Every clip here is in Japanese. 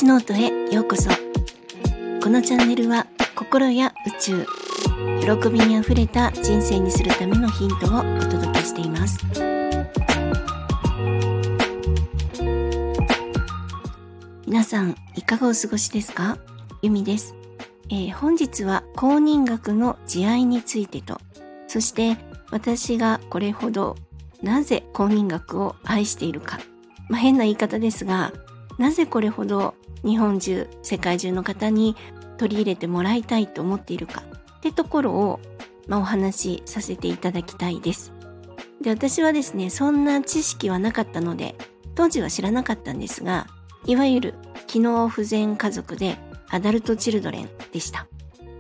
ノートへようこそ。このチャンネルは心や宇宙、喜びにあふれた人生にするためのヒントをお届けしています。皆さんいかがお過ごしですか？ゆみです。本日は公認学の慈愛についてと、そして私がこれほどなぜ公認学を愛しているか、変な言い方ですが、なぜこれほど日本中、世界中の方に取り入れてもらいたいと思っているかってところを、お話しさせていただきたいです。で、私はですね、そんな知識はなかったので、当時は知らなかったんですが、いわゆる機能不全家族でアダルトチルドレンでした。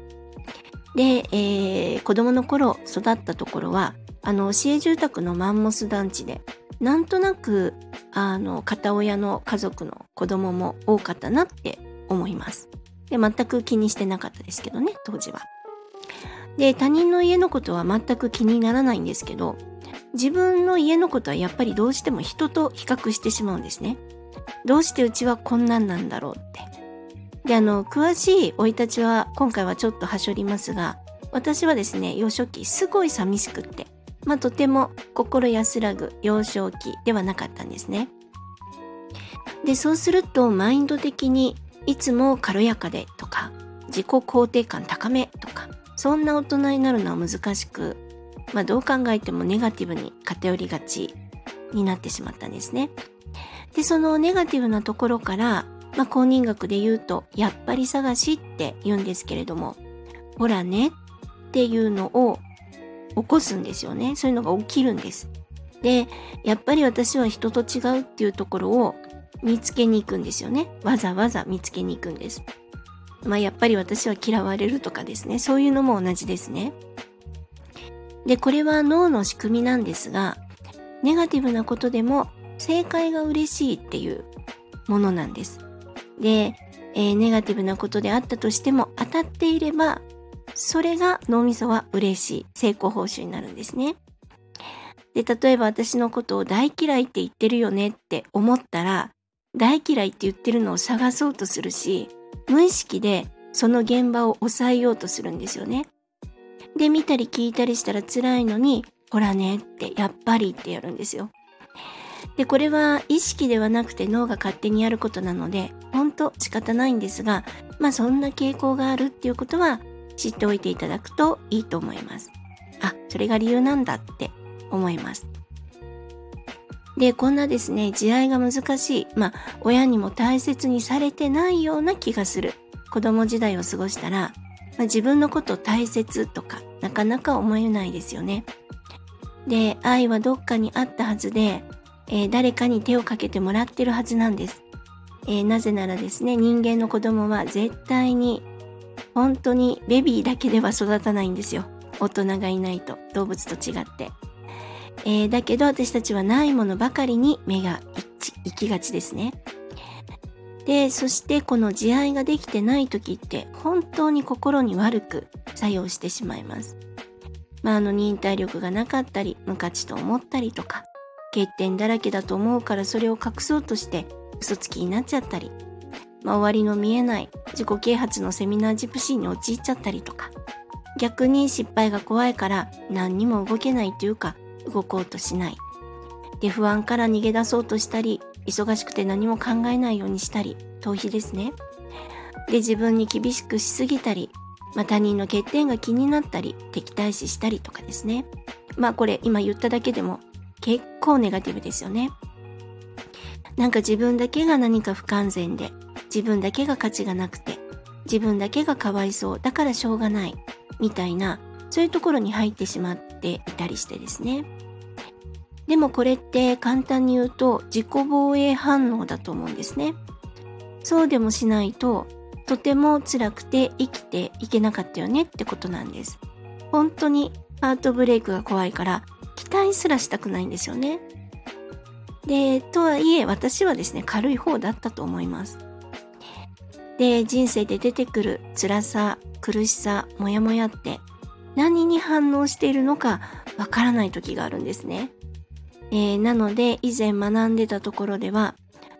で、子供の頃育ったところは、市営住宅のマンモス団地で、なんとなく片親の家族の子供も多かったなって思います。で、全く気にしてなかったですけどね、当時は。で、他人の家のことは全く気にならないんですけど、自分の家のことはやっぱりどうしても人と比較してしまうんですね。どうしてうちはこんなんなんだろうって。で、詳しい生い立ちは今回はちょっとはしょりますが、私はですね、幼少期すごい寂しくって、とても心安らぐ幼少期ではなかったんですね。で、そうするとマインド的にいつも軽やかでとか、自己肯定感高めとか、そんな大人になるのは難しく、どう考えてもネガティブに偏りがちになってしまったんですね。で、そのネガティブなところから、公認学で言うと、やっぱり探しって言うんですけれども、ほらねっていうのを起こすんですよね。そういうのが起きるんです。で、やっぱり私は人と違うっていうところを見つけに行くんですよね。わざわざ見つけに行くんです。やっぱり私は嫌われるとかですね。そういうのも同じですね。で、これは脳の仕組みなんですが、ネガティブなことでも正解が嬉しいっていうものなんです。で、ネガティブなことであったとしても当たっていれば、それが脳みそは嬉しい成功報酬になるんですね。で、例えば私のことを大嫌いって言ってるよねって思ったら、大嫌いって言ってるのを探そうとするし、無意識でその現場を抑えようとするんですよね。で、見たり聞いたりしたら辛いのに、ほらねって、やっぱりってやるんですよ。で、これは意識ではなくて脳が勝手にやることなので、ほんと仕方ないんですが、そんな傾向があるっていうことは知っておいていただくといいと思います。それが理由なんだって思います。で、こんなですね、慈愛が難しい、親にも大切にされてないような気がする子供時代を過ごしたら、自分のこと大切とかなかなか思えないですよね。で、愛はどっかにあったはずで、誰かに手をかけてもらってるはずなんです。なぜならですね、人間の子供は絶対に本当にベビーだけでは育たないんですよ。大人がいないと、動物と違って。だけど私たちはないものばかりに目が行きがちですね。で、そしてこの慈愛ができてない時って本当に心に悪く作用してしまいます。忍耐力がなかったり、無価値と思ったりとか、欠点だらけだと思うからそれを隠そうとして嘘つきになっちゃったり、終わりの見えない自己啓発のセミナージプシーに陥っちゃったりとか、逆に失敗が怖いから何にも動けないというか動こうとしない。で、不安から逃げ出そうとしたり、忙しくて何も考えないようにしたり、逃避ですね。で、自分に厳しくしすぎたり、他人の欠点が気になったり、敵対視したりとかですね。これ今言っただけでも結構ネガティブですよね。自分だけが何か不完全で、自分だけが価値がなくて、自分だけがかわいそうだからしょうがないみたいな、そういうところに入ってしまっていたりしてですね。でもこれって簡単に言うと自己防衛反応だと思うんですね。そうでもしないととても辛くて生きていけなかったよねってことなんです。本当にハートブレイクが怖いから期待すらしたくないんですよね。で、とはいえ私はですね、軽い方だったと思います。で、人生で出てくる辛さ、苦しさ、モヤモヤって何に反応しているのかわからない時があるんですね。なので以前学んでたところでは、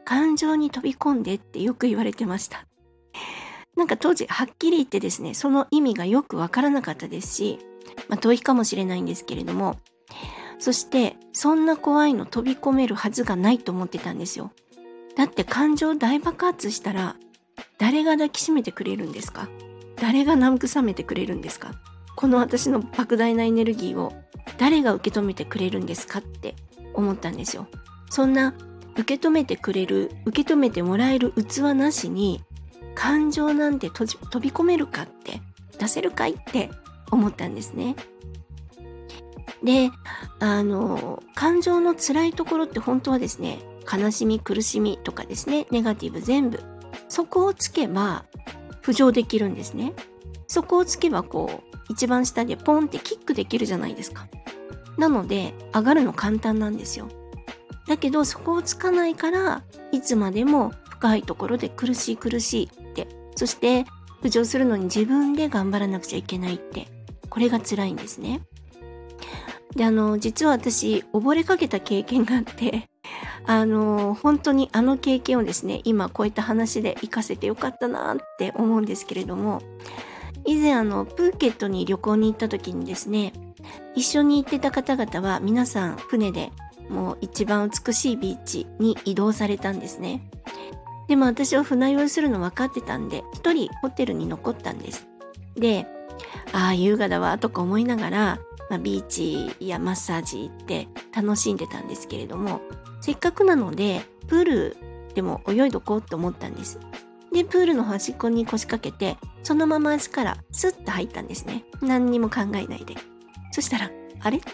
感情に飛び込んでってよく言われてました。なんか当時はっきり言ってですね、その意味がよくわからなかったですし、遠いかもしれないんですけれども、そしてそんな怖いの飛び込めるはずがないと思ってたんですよ。だって感情大爆発したら誰が抱きしめてくれるんですか？誰が慰めてくれるんですか？この私の莫大なエネルギーを誰が受け止めてくれるんですかって思ったんですよ。そんな受け止めてくれる、受け止めてもらえる器なしに感情なんて飛び込めるかって、出せるかいって思ったんですね。で、感情の辛いところって本当はですね、悲しみ、苦しみとかですね、ネガティブ全部、そこをつけば浮上できるんですね。そこをつけば一番下でポンってキックできるじゃないですか。なので上がるの簡単なんですよ。だけどそこをつかないから、いつまでも深いところで苦しいって、そして浮上するのに自分で頑張らなくちゃいけないって、これが辛いんですね。で、実は私溺れかけた経験があって、本当に経験をですね、今こういった話で活かせてよかったなって思うんですけれども、以前プーケットに旅行に行った時にですね、一緒に行ってた方々は皆さん船でもう一番美しいビーチに移動されたんですね。でも私は船酔いするの分かってたんで、一人ホテルに残ったんです。で、優雅だわとか思いながら、ビーチやマッサージ行って楽しんでたんですけれども、せっかくなのでプールでも泳いどこうと思ったんです。で、プールの端っこに腰掛けて、そのまま足からスッと入ったんですね。何にも考えないで。そしたら、あれって、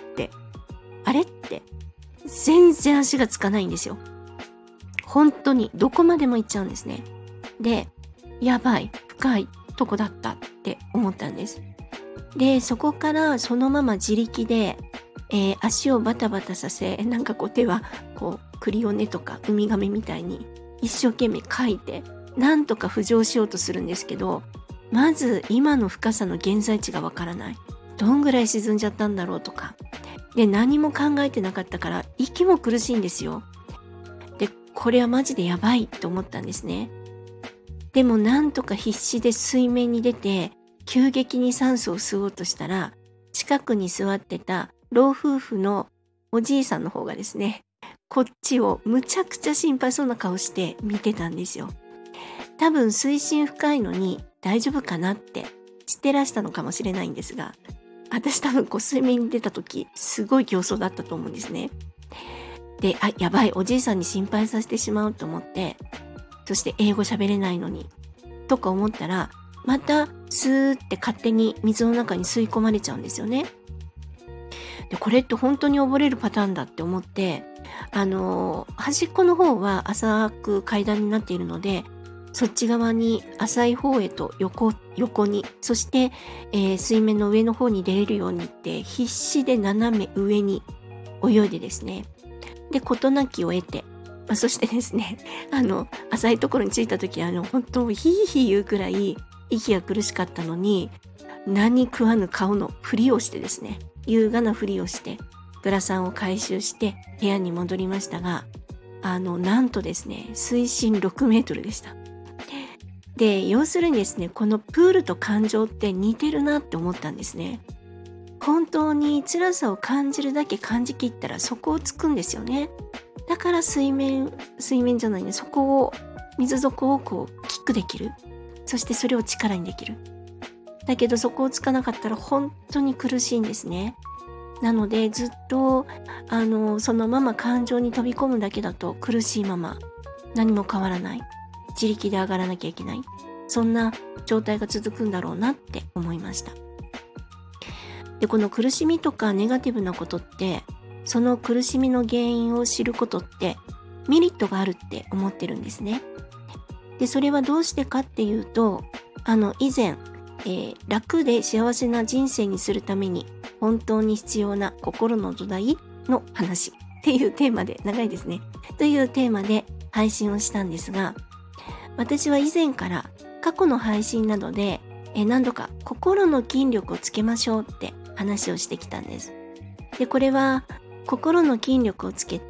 全然足がつかないんですよ。本当にどこまでも行っちゃうんですね。で、やばい、深いとこだったって思ったんです。で、そこからそのまま自力で、足をバタバタさせ、なんか手はクリオネとかウミガメみたいに一生懸命かいて、なんとか浮上しようとするんですけど、まず今の深さの現在地がわからない。どんぐらい沈んじゃったんだろうとか。で、何も考えてなかったから息も苦しいんですよ。で、これはマジでやばいと思ったんですね。でもなんとか必死で水面に出て、急激に酸素を吸おうとしたら、近くに座ってた老夫婦のおじいさんの方がですね、こっちをむちゃくちゃ心配そうな顔して見てたんですよ。多分水深深いのに大丈夫かなって知ってらしたのかもしれないんですが、私多分水面に出た時すごい形相だったと思うんですね。で、やばい、おじいさんに心配させてしまうと思って、そして英語喋れないのにとか思ったら、またスーって勝手に水の中に吸い込まれちゃうんですよね。で、これって本当に溺れるパターンだって思って、端っこの方は浅く階段になっているので、そっち側に浅い方へと横に、そして、水面の上の方に出れるようにって必死で斜め上に泳いでですね、で事なきを得て、そしてですね、浅いところに着いた時本当ヒーヒー言うくらい息が苦しかったのに、何食わぬ顔のふりをしてですね、優雅なふりをしてグラサンを回収して部屋に戻りましたが、なんとですね、水深6メートルでした。で、要するにですね、このプールと感情って似てるなって思ったんですね。本当に辛さを感じるだけ感じきったらそこをつくんですよね。だから水面じゃないね、そこを、水底をキックできる。そしてそれを力にできる。だけどそこをつかなかったら本当に苦しいんですね。なのでずっとそのまま感情に飛び込むだけだと苦しいまま何も変わらない。自力で上がらなきゃいけない。そんな状態が続くんだろうなって思いました。で、この苦しみとかネガティブなことって、その苦しみの原因を知ることってメリットがあるって思ってるんですね。で、それはどうしてかっていうと、以前、楽で幸せな人生にするために本当に必要な心の土台の話っていうテーマで、長いですね、というテーマで配信をしたんですが、私は以前から過去の配信などで何度か心の筋力をつけましょうって話をしてきたんです。で、これは心の筋力をつけて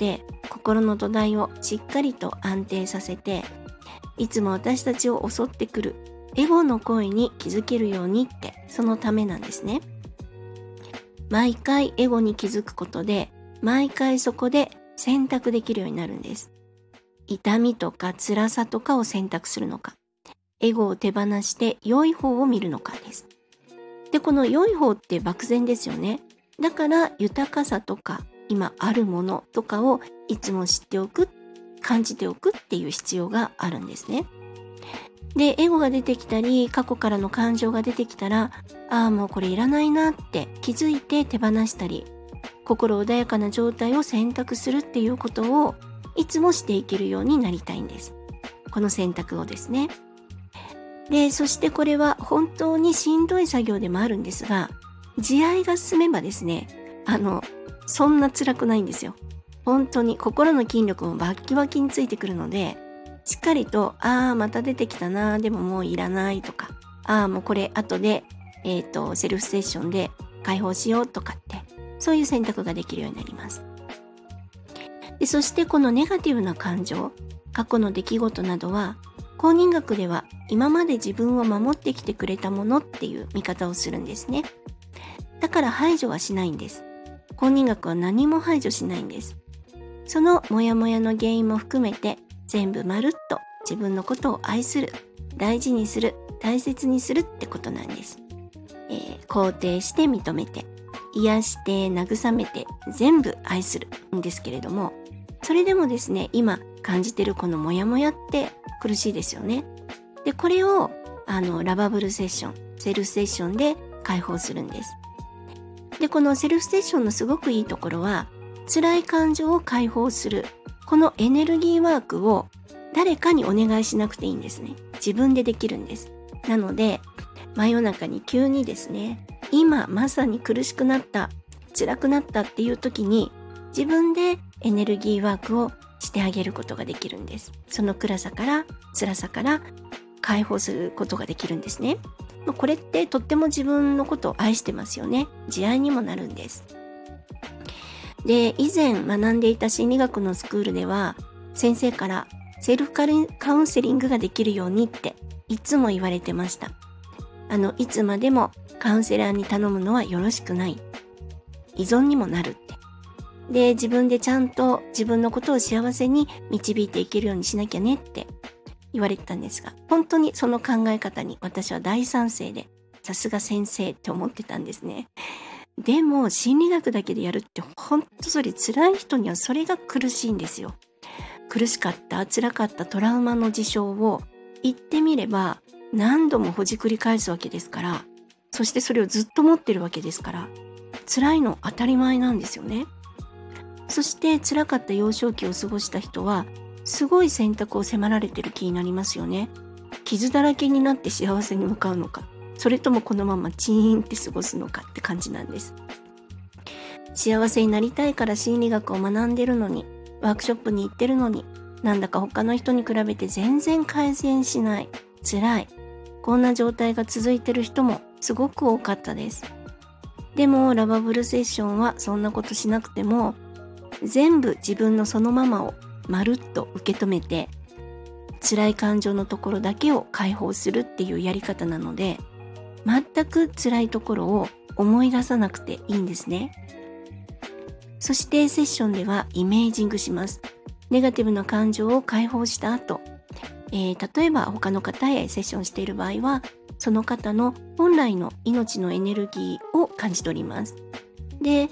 心の土台をしっかりと安定させて、いつも私たちを襲ってくるエゴの声に気づけるようにって、そのためなんですね。毎回エゴに気づくことで、毎回そこで選択できるようになるんです。痛みとか辛さとかを選択するのか、エゴを手放して良い方を見るのかです。で、この良い方って漠然ですよね。だから豊かさとか今あるものとかをいつも知っておく、感じておくっていう必要があるんですね。で、エゴが出てきたり、過去からの感情が出てきたら、もうこれいらないなって気づいて手放したり、心穏やかな状態を選択するっていうことをいつもしていけるようになりたいんです。この選択をですね。で、そしてこれは本当にしんどい作業でもあるんですが、慈愛が進めばですね、そんな辛くないんですよ。本当に心の筋力もバッキバキについてくるので、しっかりと、また出てきたな、でももういらないとか、もうこれ後で、セルフセッションで解放しようとかって、そういう選択ができるようになります。で、そしてこのネガティブな感情、過去の出来事などは、公認学では今まで自分を守ってきてくれたものっていう見方をするんですね。だから排除はしないんです。公認学は何も排除しないんです。そのモヤモヤの原因も含めて全部まるっと自分のことを愛する、大事にする、大切にするってことなんです。肯定して認めて、癒して慰めて全部愛するんですけれども、それでもですね、今感じてるこのモヤモヤって苦しいですよね。で、これをラバブルセッション、セルフセッションで解放するんです。で、このセルフセッションのすごくいいところは、辛い感情を解放する、このエネルギーワークを誰かにお願いしなくていいんですね。自分でできるんです。なので、真夜中に急にですね、今まさに苦しくなった、辛くなったっていう時に、自分でエネルギーワークをしてあげることができるんです。その暗さから、辛さから解放することができるんですね。これってとっても自分のことを愛してますよね。慈愛にもなるんです。で、以前学んでいた心理学のスクールでは、先生からセルフカウンセリングができるようにっていつも言われてました。いつまでもカウンセラーに頼むのはよろしくない。依存にもなるって。で、自分でちゃんと自分のことを幸せに導いていけるようにしなきゃねって言われてたんですが、本当にその考え方に私は大賛成で、さすが先生って思ってたんですね。でも心理学だけでやるって本当それ辛い人にはそれが苦しいんですよ。苦しかった、辛かったトラウマの事象を言ってみれば何度もほじくり返すわけですから、そしてそれをずっと持ってるわけですから、辛いの当たり前なんですよね。そして辛かった幼少期を過ごした人はすごい選択を迫られてる気になりますよね。傷だらけになって幸せに向かうのか、それともこのままチーンって過ごすのかって感じなんです。幸せになりたいから心理学を学んでるのに、ワークショップに行ってるのに、なんだか他の人に比べて全然改善しない、辛い、こんな状態が続いてる人もすごく多かったです。でもラバブルセッションはそんなことしなくても、全部自分のそのままをまるっと受け止めて、辛い感情のところだけを解放するっていうやり方なので、全く辛いところを思い出さなくていいんですね。そしてセッションではイメージングします。ネガティブな感情を解放した後、例えば他の方へセッションしている場合は、その方の本来の命のエネルギーを感じ取ります。で、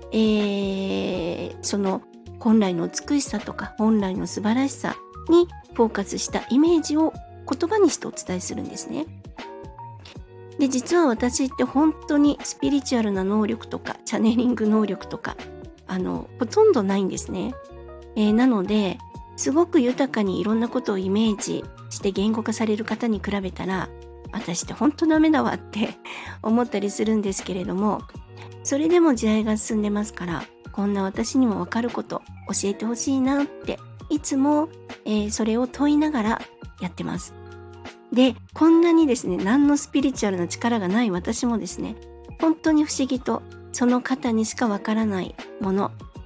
その本来の美しさとか本来の素晴らしさにフォーカスしたイメージを言葉にしてお伝えするんですね。で、実は私って本当にスピリチュアルな能力とかチャネリング能力とかほとんどないんですね。なのですごく豊かにいろんなことをイメージして言語化される方に比べたら、私って本当ダメだわって思ったりするんですけれども、それでも時代が進んでますから、こんな私にもわかること教えてほしいなっていつも、それを問いながらやってます。で、こんなにですね、何のスピリチュアルな力がない私もですね、本当に不思議とその方にしかわからないもの、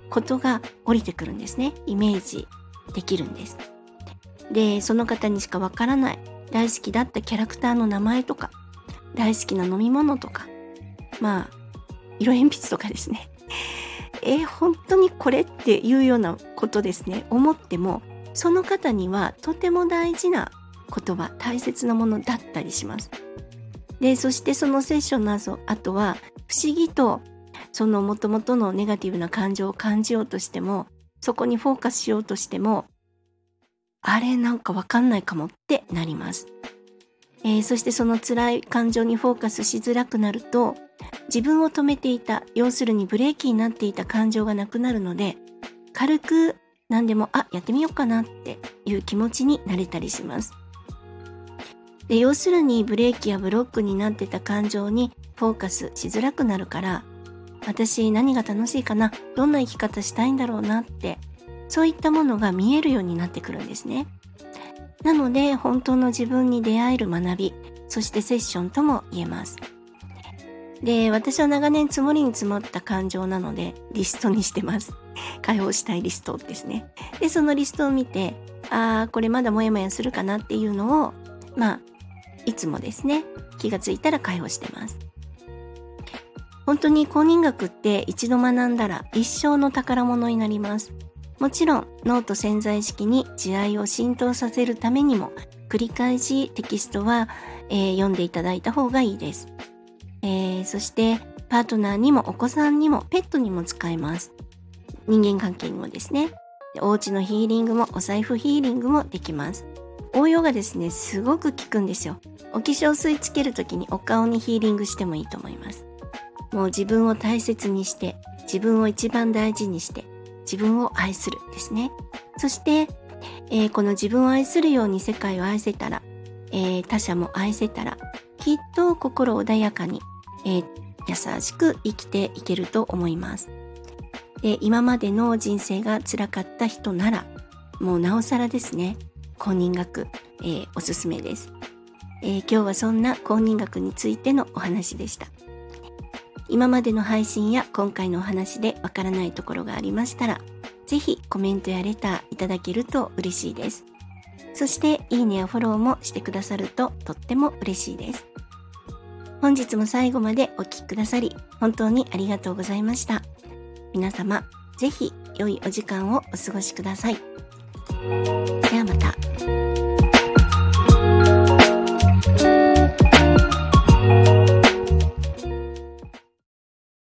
ことが降りてくるんですね。イメージできるんです。で、その方にしかわからない大好きだったキャラクターの名前とか、大好きな飲み物とか、色鉛筆とかですね。本当にこれっていうようなことですね、思っても、その方にはとても大事な言葉、大切なものだったりします。で、そしてそのセッションの後は、不思議とその元々のネガティブな感情を感じようとしても、そこにフォーカスしようとしても、あれなんかわかんないかもってなります。そしてその辛い感情にフォーカスしづらくなると、自分を止めていた、要するにブレーキになっていた感情がなくなるので、軽く何でもやってみようかなっていう気持ちになれたりします。で、要するにブレーキやブロックになってた感情にフォーカスしづらくなるから、私何が楽しいかな、どんな生き方したいんだろうなって、そういったものが見えるようになってくるんですね。なので本当の自分に出会える学び、そしてセッションとも言えます。で、私は長年積もりに積もった感情なのでリストにしてます。解放したいリストですね。で、そのリストを見て、これまだモヤモヤするかなっていうのを、いつもですね、気がついたら解放してます。本当に公認学って一度学んだら一生の宝物になります。もちろん脳と潜在意識に慈愛を浸透させるためにも繰り返しテキストは、読んでいただいた方がいいです。そしてパートナーにもお子さんにもペットにも使えます。人間関係にもですね。お家のヒーリングもお財布ヒーリングもできます。応用がですね、すごく効くんですよ。お化粧水つけるときにお顔にヒーリングしてもいいと思います。もう自分を大切にして、自分を一番大事にして、自分を愛するですね。そして、この自分を愛するように世界を愛せたら、他者も愛せたら、きっと心穏やかに、優しく生きていけると思います。で、今までの人生が辛かった人なら、もうなおさらですね、公認学、おすすめです。今日はそんな公認学についてのお話でした。今までの配信や今回のお話でわからないところがありましたら、ぜひコメントやレターいただけると嬉しいです。そしていいねやフォローもしてくださるととっても嬉しいです。本日も最後までお聞きくださり本当にありがとうございました。皆様ぜひ良いお時間をお過ごしください。ではまた。